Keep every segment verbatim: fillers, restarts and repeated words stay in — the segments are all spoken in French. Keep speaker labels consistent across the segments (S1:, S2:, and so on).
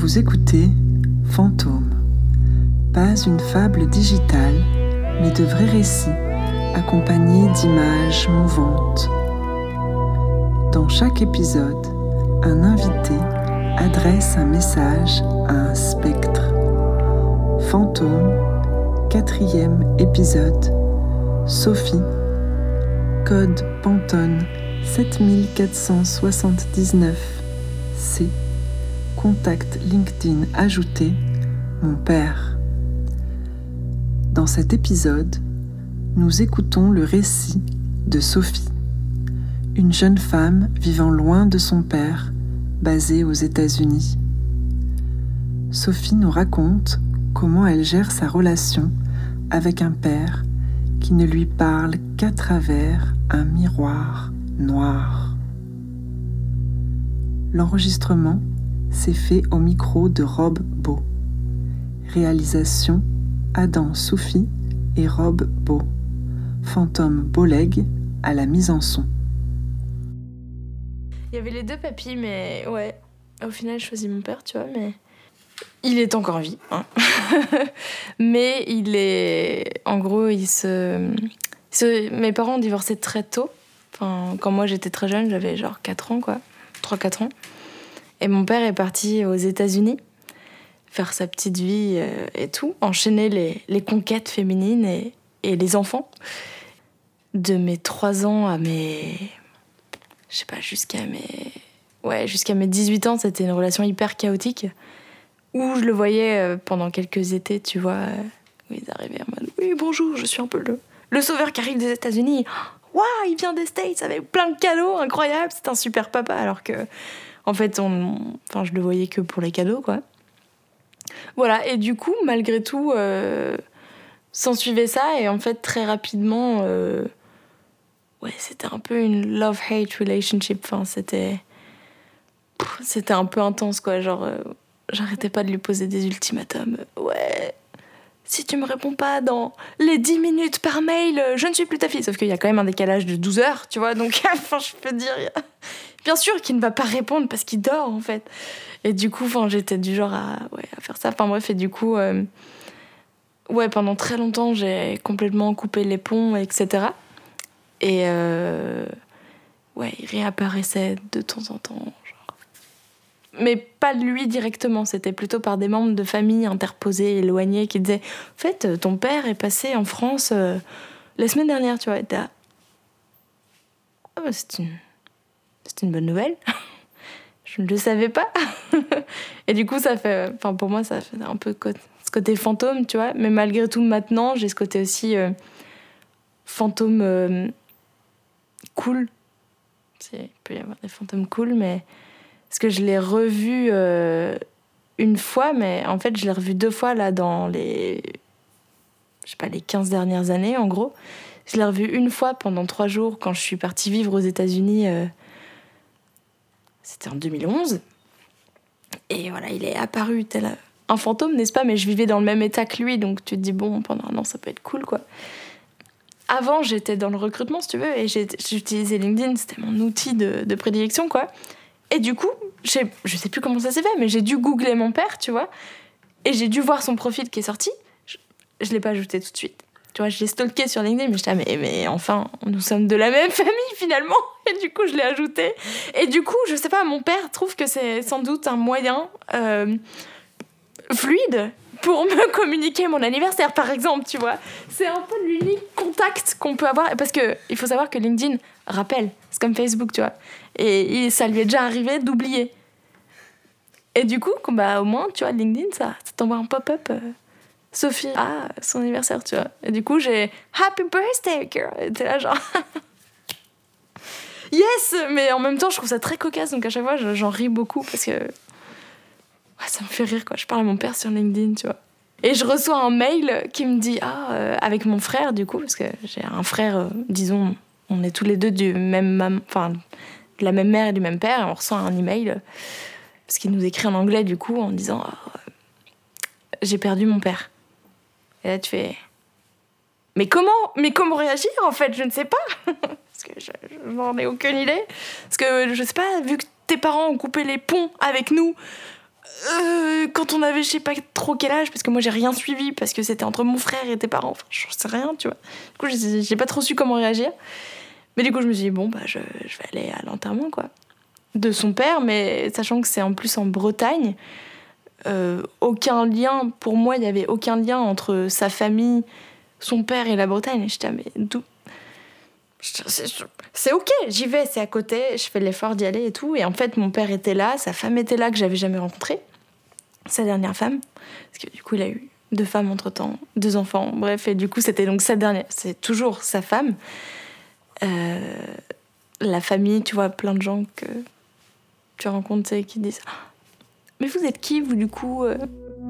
S1: Vous écoutez Fantôme, pas une fable digitale, mais de vrais récits, accompagnés d'images mouvantes. Dans chaque épisode, un invité adresse un message à un spectre. Fantôme, quatrième épisode. Sophie, code Pantone sept quatre sept neuf C. Contact LinkedIn ajouté, mon père. Dans cet épisode, nous écoutons le récit de Sophie, une jeune femme vivant loin de son père, basée aux États-Unis. Sophie nous raconte comment elle gère sa relation avec un père qui ne lui parle qu'à travers un miroir noir. L'enregistrement s'est fait au micro de Rob Beau. Réalisation Adam Soufi et Rob Beau. Fantôme Boleg à la mise en son.
S2: Il y avait les deux papis, mais ouais, au final, je choisis mon père, tu vois, mais il est encore en vie, hein. Mais il est, en gros, il se... il se... Mes parents ont divorcé très tôt. Enfin, quand moi j'étais très jeune, j'avais genre quatre ans, quoi, trois quatre ans. Et mon père est parti aux États-Unis faire sa petite vie euh, et tout, enchaîner les, les conquêtes féminines et, et les enfants. De mes trois ans à mes... Je sais pas, jusqu'à mes... Ouais, jusqu'à mes dix-huit ans, c'était une relation hyper chaotique, où je le voyais euh, pendant quelques étés, tu vois, euh, où ils arrivaient en mode « Oui, bonjour, je suis un peu le, le sauveur qui arrive des États-Unis. Waouh, il vient des States avec plein de cadeaux, incroyable, c'est un super papa. » Alors que... En fait, on, enfin, je le voyais que pour les cadeaux, quoi. Voilà, et du coup, malgré tout, euh, s'ensuivait ça, et en fait, très rapidement, euh, ouais, c'était un peu une love-hate relationship. Enfin, c'était, pff, c'était un peu intense, quoi. Genre, euh, j'arrêtais pas de lui poser des ultimatums. Ouais, si tu me réponds pas dans les dix minutes par mail, je ne suis plus ta fille. Sauf qu'il y a quand même un décalage de douze heures, tu vois, donc, enfin, je peux te dire... Bien sûr qu'il ne va pas répondre parce qu'il dort, en fait. Et du coup, j'étais du genre à, ouais, à faire ça. Enfin bref, et du coup, euh, ouais, pendant très longtemps, j'ai complètement coupé les ponts, et cetera. Et euh, ouais, il réapparaissait de temps en temps. Genre. Mais pas de lui directement, c'était plutôt par des membres de famille interposés, éloignés, qui disaient « En fait, ton père est passé en France euh, la semaine dernière, tu vois. » Et t'es là, ah bah c'est une... C'est une bonne nouvelle. Je ne le savais pas. Et du coup, ça fait... Enfin, pour moi, ça fait un peu ce côté fantôme, tu vois. Mais malgré tout, maintenant, j'ai ce côté aussi euh, fantôme euh, cool. C'est, il peut y avoir des fantômes cool, mais... Parce que je l'ai revu euh, une fois, mais en fait, je l'ai revu deux fois, là, dans les... Je sais pas, les quinze dernières années, en gros. Je l'ai revu une fois pendant trois jours, quand je suis partie vivre aux États-Unis... Euh, C'était en deux mille onze. Et voilà, il est apparu tel un fantôme, n'est-ce pas? Mais je vivais dans le même état que lui, donc tu te dis, bon, pendant un an, ça peut être cool, quoi. Avant, j'étais dans le recrutement, si tu veux, et j'ai, j'utilisais LinkedIn, c'était mon outil de, de prédilection, quoi. Et du coup, j'ai, je sais plus comment ça s'est fait, mais j'ai dû googler mon père, tu vois, et j'ai dû voir son profil qui est sorti. Je, je l'ai pas ajouté tout de suite. Tu vois, je l'ai stalké sur LinkedIn, mais je disais, mais, mais enfin, nous sommes de la même famille, finalement. Et du coup, je l'ai ajouté. Et du coup, je sais pas, mon père trouve que c'est sans doute un moyen euh, fluide pour me communiquer mon anniversaire, par exemple, tu vois. C'est un peu l'unique contact qu'on peut avoir. Parce qu'il faut savoir que LinkedIn rappelle. C'est comme Facebook, tu vois. Et, et ça lui est déjà arrivé d'oublier. Et du coup, bah, au moins, tu vois, LinkedIn, ça, ça t'envoie un pop-up... Euh, Sophie, ah, son anniversaire, tu vois. Et du coup, j'ai Happy birthday, girl. Et t'es là, genre. Yes! Mais en même temps, je trouve ça très cocasse, donc à chaque fois, j'en ris beaucoup parce que. Ouais, ça me fait rire, quoi. Je parle à mon père sur LinkedIn, tu vois. Et je reçois un mail qui me dit, ah, euh, avec mon frère, du coup, parce que j'ai un frère, euh, disons, on est tous les deux du même. Mam... Enfin, de la même mère et du même père, et on reçoit un email, parce qu'il nous écrit en anglais, du coup, en disant, oh, j'ai perdu mon père. Et là, tu fais... Mais comment, mais comment réagir, en fait? Je ne sais pas. Parce que je, je n'en ai aucune idée. Parce que, je sais pas, vu que tes parents ont coupé les ponts avec nous, euh, quand on avait je sais pas trop quel âge, parce que moi j'ai rien suivi, parce que c'était entre mon frère et tes parents, enfin je sais rien, tu vois. Du coup j'ai, j'ai pas trop su comment réagir. Mais du coup je me suis dit, bon bah je, je vais aller à l'enterrement quoi. De son père, mais sachant que c'est en plus en Bretagne, euh, aucun lien, pour moi il y avait aucun lien entre sa famille, son père et la Bretagne. Et j'étais, mais d'où? C'est ok, j'y vais, c'est à côté, je fais l'effort d'y aller et tout. Et en fait, mon père était là, sa femme était là, que j'avais jamais rencontrée, sa dernière femme. Parce que du coup, il a eu deux femmes entre-temps, deux enfants, bref. Et du coup, c'était donc sa dernière, c'est toujours sa femme. Euh, la famille, tu vois, plein de gens que tu rencontres et qui disent ah, mais vous êtes qui, vous, du coup euh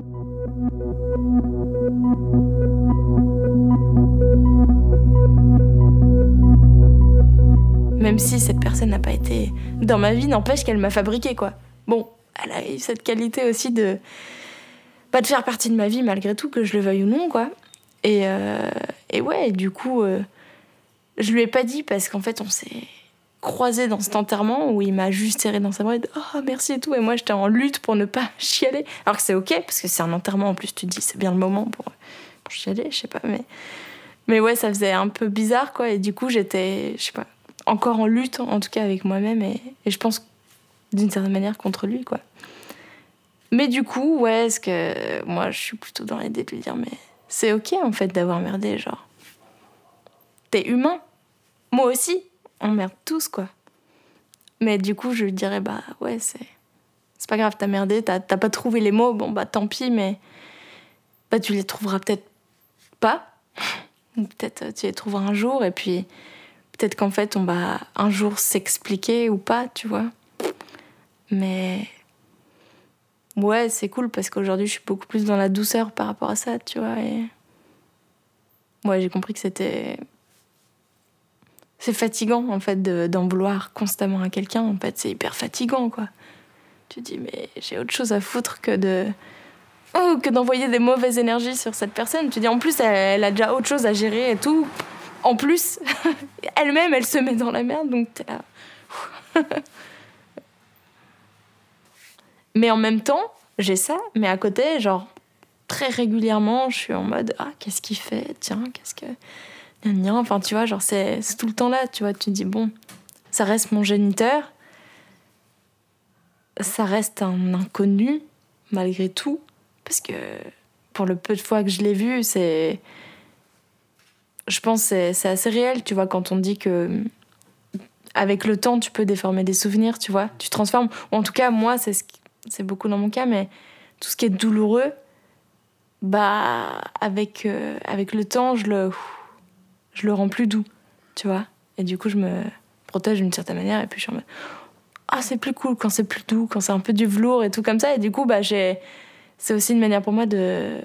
S2: Même si cette personne n'a pas été dans ma vie, n'empêche qu'elle m'a fabriqué, quoi. Bon, elle a eu cette qualité aussi de pas de faire partie de ma vie malgré tout, que je le veuille ou non, quoi. Et, euh, et ouais, du coup, euh, je lui ai pas dit parce qu'en fait, on s'est croisés dans cet enterrement où il m'a juste serré dans sa bras et dit oh merci et tout. Et moi, j'étais en lutte pour ne pas chialer. Alors que c'est ok, parce que c'est un enterrement en plus, tu te dis c'est bien le moment pour, pour chialer, je sais pas. Mais, mais ouais, ça faisait un peu bizarre, quoi. Et du coup, j'étais, je sais pas, encore en lutte, en tout cas avec moi-même, et, et je pense d'une certaine manière contre lui, quoi. Mais du coup, ouais, est-ce que moi, je suis plutôt dans l'idée de lui dire, mais c'est ok, en fait, d'avoir merdé, genre. T'es humain. Moi aussi, on merde tous, quoi. Mais du coup, je lui dirais, bah ouais, c'est, c'est pas grave, t'as merdé, t'as, t'as pas trouvé les mots, bon, bah tant pis, mais bah tu les trouveras peut-être pas, ou peut-être tu les trouveras un jour, et puis peut-être qu'en fait, on va un jour s'expliquer ou pas, tu vois. Mais ouais, c'est cool parce qu'aujourd'hui, je suis beaucoup plus dans la douceur par rapport à ça, tu vois. Et ouais, j'ai compris que c'était... C'est fatigant, en fait, de, d'en vouloir constamment à quelqu'un. En fait, c'est hyper fatigant, quoi. Tu te dis, mais j'ai autre chose à foutre que de... Oh, que d'envoyer des mauvaises énergies sur cette personne. Tu te dis, en plus, elle, elle a déjà autre chose à gérer et tout. En plus, elle-même, elle se met dans la merde, donc t'es là. Mais en même temps, j'ai ça, mais à côté, genre, très régulièrement, je suis en mode, ah, qu'est-ce qu'il fait? Tiens, qu'est-ce que... Gna, gna. Enfin, tu vois, genre, c'est, c'est tout le temps là, tu vois. Tu te dis, bon, ça reste mon géniteur, ça reste un inconnu, malgré tout, parce que pour le peu de fois que je l'ai vu, c'est... Je pense que c'est, c'est assez réel, tu vois, quand on dit que avec le temps, tu peux déformer des souvenirs, tu vois. Tu transformes. Ou en tout cas, moi, c'est, ce qui, c'est beaucoup dans mon cas, mais tout ce qui est douloureux, bah, avec, euh, avec le temps, je le, je le rends plus doux, tu vois. Et du coup, je me protège d'une certaine manière, et puis je suis en mode, ah, c'est plus cool quand c'est plus doux, quand c'est un peu du velours et tout comme ça. Et du coup, bah, j'ai... c'est aussi une manière pour moi de...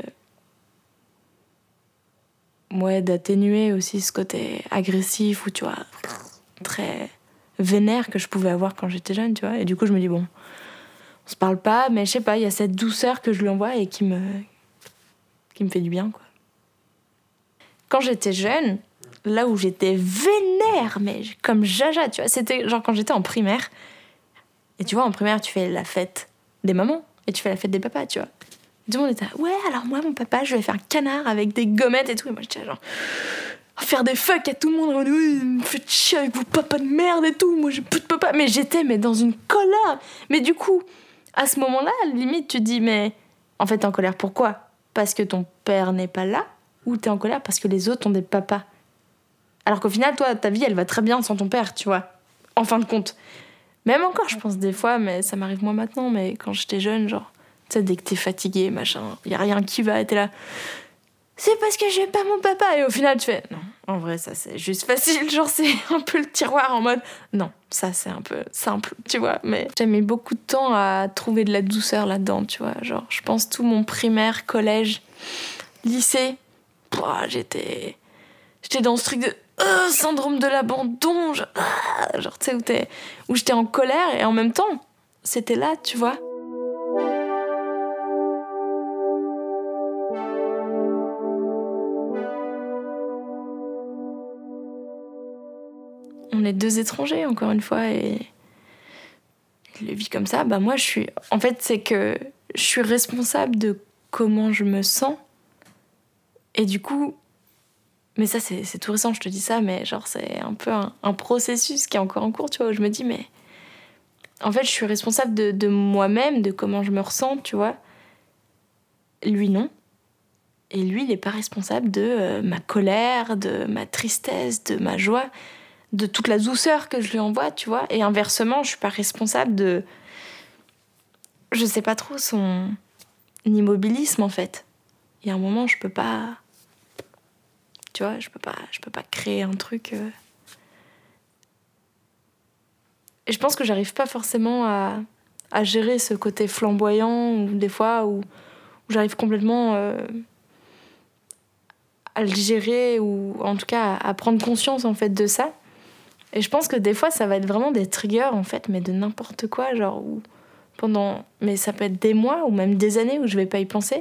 S2: Ouais, d'atténuer aussi ce côté agressif ou, tu vois, très vénère que je pouvais avoir quand j'étais jeune, tu vois. Et du coup, je me dis, bon, on se parle pas, mais je sais pas, il y a cette douceur que je lui envoie et qui me, qui me fait du bien, quoi. Quand j'étais jeune, là où j'étais vénère, mais comme jaja, tu vois, c'était genre quand j'étais en primaire. Et tu vois, en primaire, tu fais la fête des mamans et tu fais la fête des papas, tu vois. Tout le monde était là, ouais, alors moi, mon papa, je vais faire un canard avec des gommettes et tout. Et moi, j'étais genre, faire des fuck à tout le monde. Oui, me faites chier avec vos papas de merde et tout. Moi, j'ai plus de papa. Mais j'étais mais dans une colère. Mais du coup, à ce moment-là, limite, tu te dis, mais en fait, t'es en colère pourquoi? Parce que ton père n'est pas là? Ou t'es en colère parce que les autres ont des papas? Alors qu'au final, toi, ta vie, elle va très bien sans ton père, tu vois. En fin de compte. Même encore, je pense, des fois, mais ça m'arrive moins maintenant, mais quand j'étais jeune, genre, tu sais, dès que t'es fatigué, machin, y a rien qui va, et t'es là, c'est parce que j'aime pas mon papa. Et au final, tu fais, non, en vrai, ça, c'est juste facile, genre, c'est un peu le tiroir en mode, non, ça, c'est un peu simple, tu vois. Mais j'ai mis beaucoup de temps à trouver de la douceur là-dedans, tu vois. Genre, je pense tout mon primaire, collège, lycée, pouah, j'étais... J'étais dans ce truc de euh, syndrome de l'abandon, genre, ah, genre tu sais, où, t'es, où j'étais en colère et en même temps, c'était là, tu vois. On est deux étrangers, encore une fois, et je le vis comme ça. Bah moi, je suis... En fait, c'est que je suis responsable de comment je me sens. Et du coup, mais ça c'est, c'est tout récent, je te dis ça, mais genre c'est un peu un, un processus qui est encore en cours, tu vois, où je me dis, mais en fait, je suis responsable de, de moi-même, de comment je me ressens, tu vois. Lui, non. Et lui, il n'est pas responsable de euh, ma colère, de ma tristesse, de ma joie, de toute la douceur que je lui envoie, tu vois. Et inversement, je suis pas responsable de... Je sais pas trop, son immobilisme, en fait. Il y a un moment, je peux pas... Tu vois, je peux pas, je peux pas créer un truc... Euh... Et je pense que j'arrive pas forcément à, à gérer ce côté flamboyant, ou des fois où, où j'arrive complètement euh, à le gérer, ou en tout cas à, à prendre conscience, en fait, de ça. Et je pense que des fois, ça va être vraiment des triggers, en fait, mais de n'importe quoi, genre, où pendant... Mais ça peut être des mois, ou même des années où je vais pas y penser.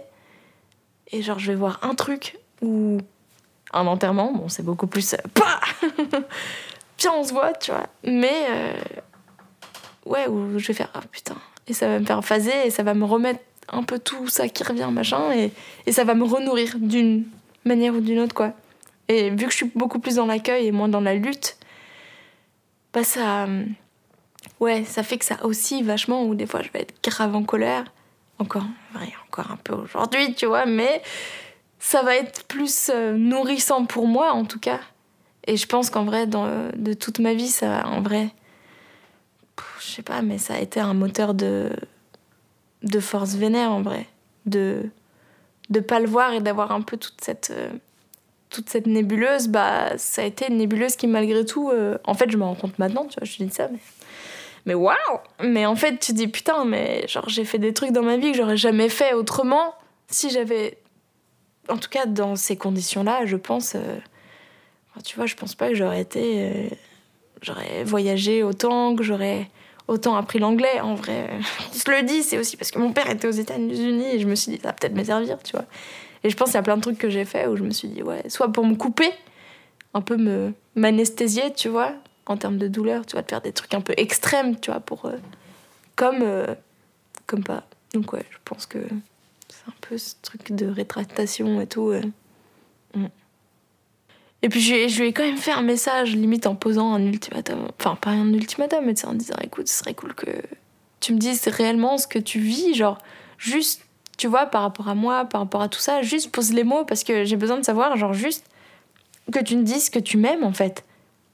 S2: Et genre, je vais voir un truc, ou un enterrement, bon, c'est beaucoup plus... Pah Viens, on se voit, tu vois. Mais, euh... ouais, où je vais faire, ah oh, putain. Et ça va me faire phaser, et ça va me remettre un peu tout ça qui revient, machin, et, et ça va me renourrir d'une manière ou d'une autre, quoi. Et vu que je suis beaucoup plus dans l'accueil et moins dans la lutte, bah ça... Ouais, ça fait que ça oscille vachement, où des fois je vais être grave en colère. Encore, ouais, encore un peu aujourd'hui, tu vois, mais ça va être plus euh, nourrissant pour moi, en tout cas. Et je pense qu'en vrai, dans, euh, de toute ma vie, ça, en vrai, pff, je sais pas, mais ça a été un moteur de, de force vénère, en vrai. De de pas le voir et d'avoir un peu toute cette... Euh, toute cette nébuleuse, bah, ça a été une nébuleuse qui, malgré tout... Euh, en fait, je me rends compte maintenant, tu vois, je te dis ça, mais... Mais waouh! Mais en fait, tu te dis, putain, mais genre, j'ai fait des trucs dans ma vie que j'aurais jamais fait autrement si j'avais... En tout cas, dans ces conditions-là, je pense... Euh... Enfin, tu vois, je pense pas que j'aurais été... Euh... J'aurais voyagé autant, que j'aurais autant appris l'anglais, en vrai. On se le dit, c'est aussi parce que mon père était aux États-Unis et je me suis dit, ça va peut-être me servir, tu vois. Et je pense qu'il y a plein de trucs que j'ai fait où je me suis dit, ouais, soit pour me couper, un peu me m'anesthésier, tu vois, en termes de douleur, tu vois, de faire des trucs un peu extrêmes, tu vois, pour... Euh, comme... Euh, comme pas. Donc ouais, je pense que c'est un peu ce truc de rétractation et tout. Euh. Mm. Et puis je, je lui ai quand même fait un message, limite en posant un ultimatum. Enfin, pas un ultimatum, mais en disant, écoute, ce serait cool que tu me dises réellement ce que tu vis, genre, juste... Tu vois, par rapport à moi, par rapport à tout ça, juste pose les mots parce que j'ai besoin de savoir, genre juste que tu me dises que tu m'aimes en fait.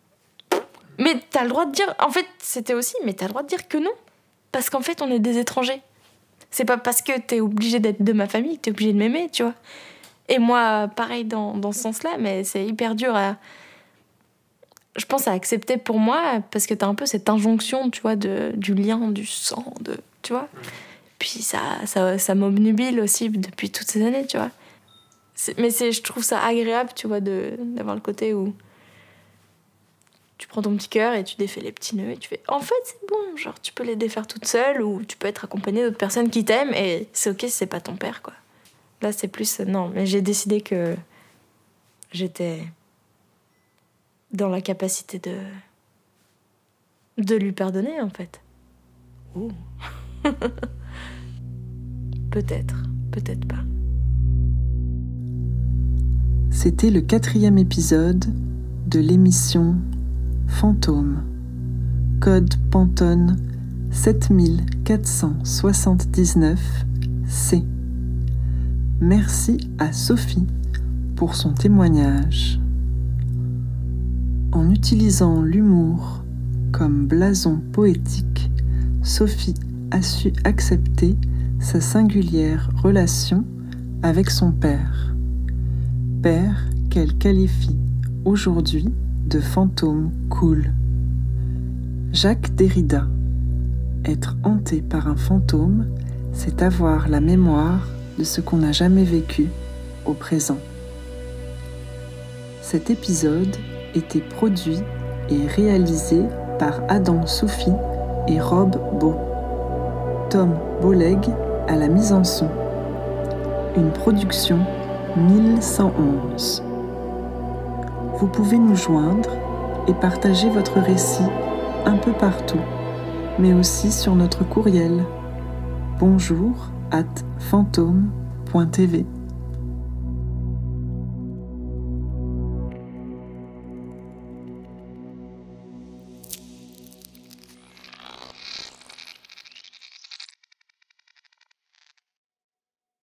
S2: Mais t'as le droit de dire, en fait, c'était aussi, mais t'as le droit de dire que non. Parce qu'en fait, on est des étrangers. C'est pas parce que t'es obligé d'être de ma famille que t'es obligé de m'aimer, tu vois. Et moi, pareil dans, dans ce sens-là, mais c'est hyper dur à. Je pense à accepter pour moi parce que t'as un peu cette injonction, tu vois, de, du lien, du sang, de. Tu vois. Puis ça, ça, ça m'obnubile aussi depuis toutes ces années, tu vois. C'est, mais c'est, je trouve ça agréable, tu vois, de, d'avoir le côté où tu prends ton petit cœur et tu défais les petits nœuds et tu fais... En fait, c'est bon, genre, tu peux les défaire toute seule ou tu peux être accompagnée d'autres personnes qui t'aiment et c'est ok si c'est pas ton père, quoi. Là, c'est plus... Non, mais j'ai décidé que j'étais dans la capacité de... de lui pardonner, en fait. Ouh. Peut-être, peut-être pas.
S1: C'était le quatrième épisode de l'émission Fantôme. Code Pantone sept mille quatre cent soixante-dix-neuf C. Merci à Sophie pour son témoignage. En utilisant l'humour comme blason poétique, Sophie a su accepter sa singulière relation avec son père. Père qu'elle qualifie aujourd'hui de fantôme cool. Jacques Derrida. Être hanté par un fantôme, c'est avoir la mémoire de ce qu'on n'a jamais vécu au présent. Cet épisode était produit et réalisé par Adam Soufi et Rob Beau. Tom Boleg à la mise en son. Une production mille cent onze. Vous pouvez nous joindre et partager votre récit un peu partout, mais aussi sur notre courriel bonjour at fantôme point t v.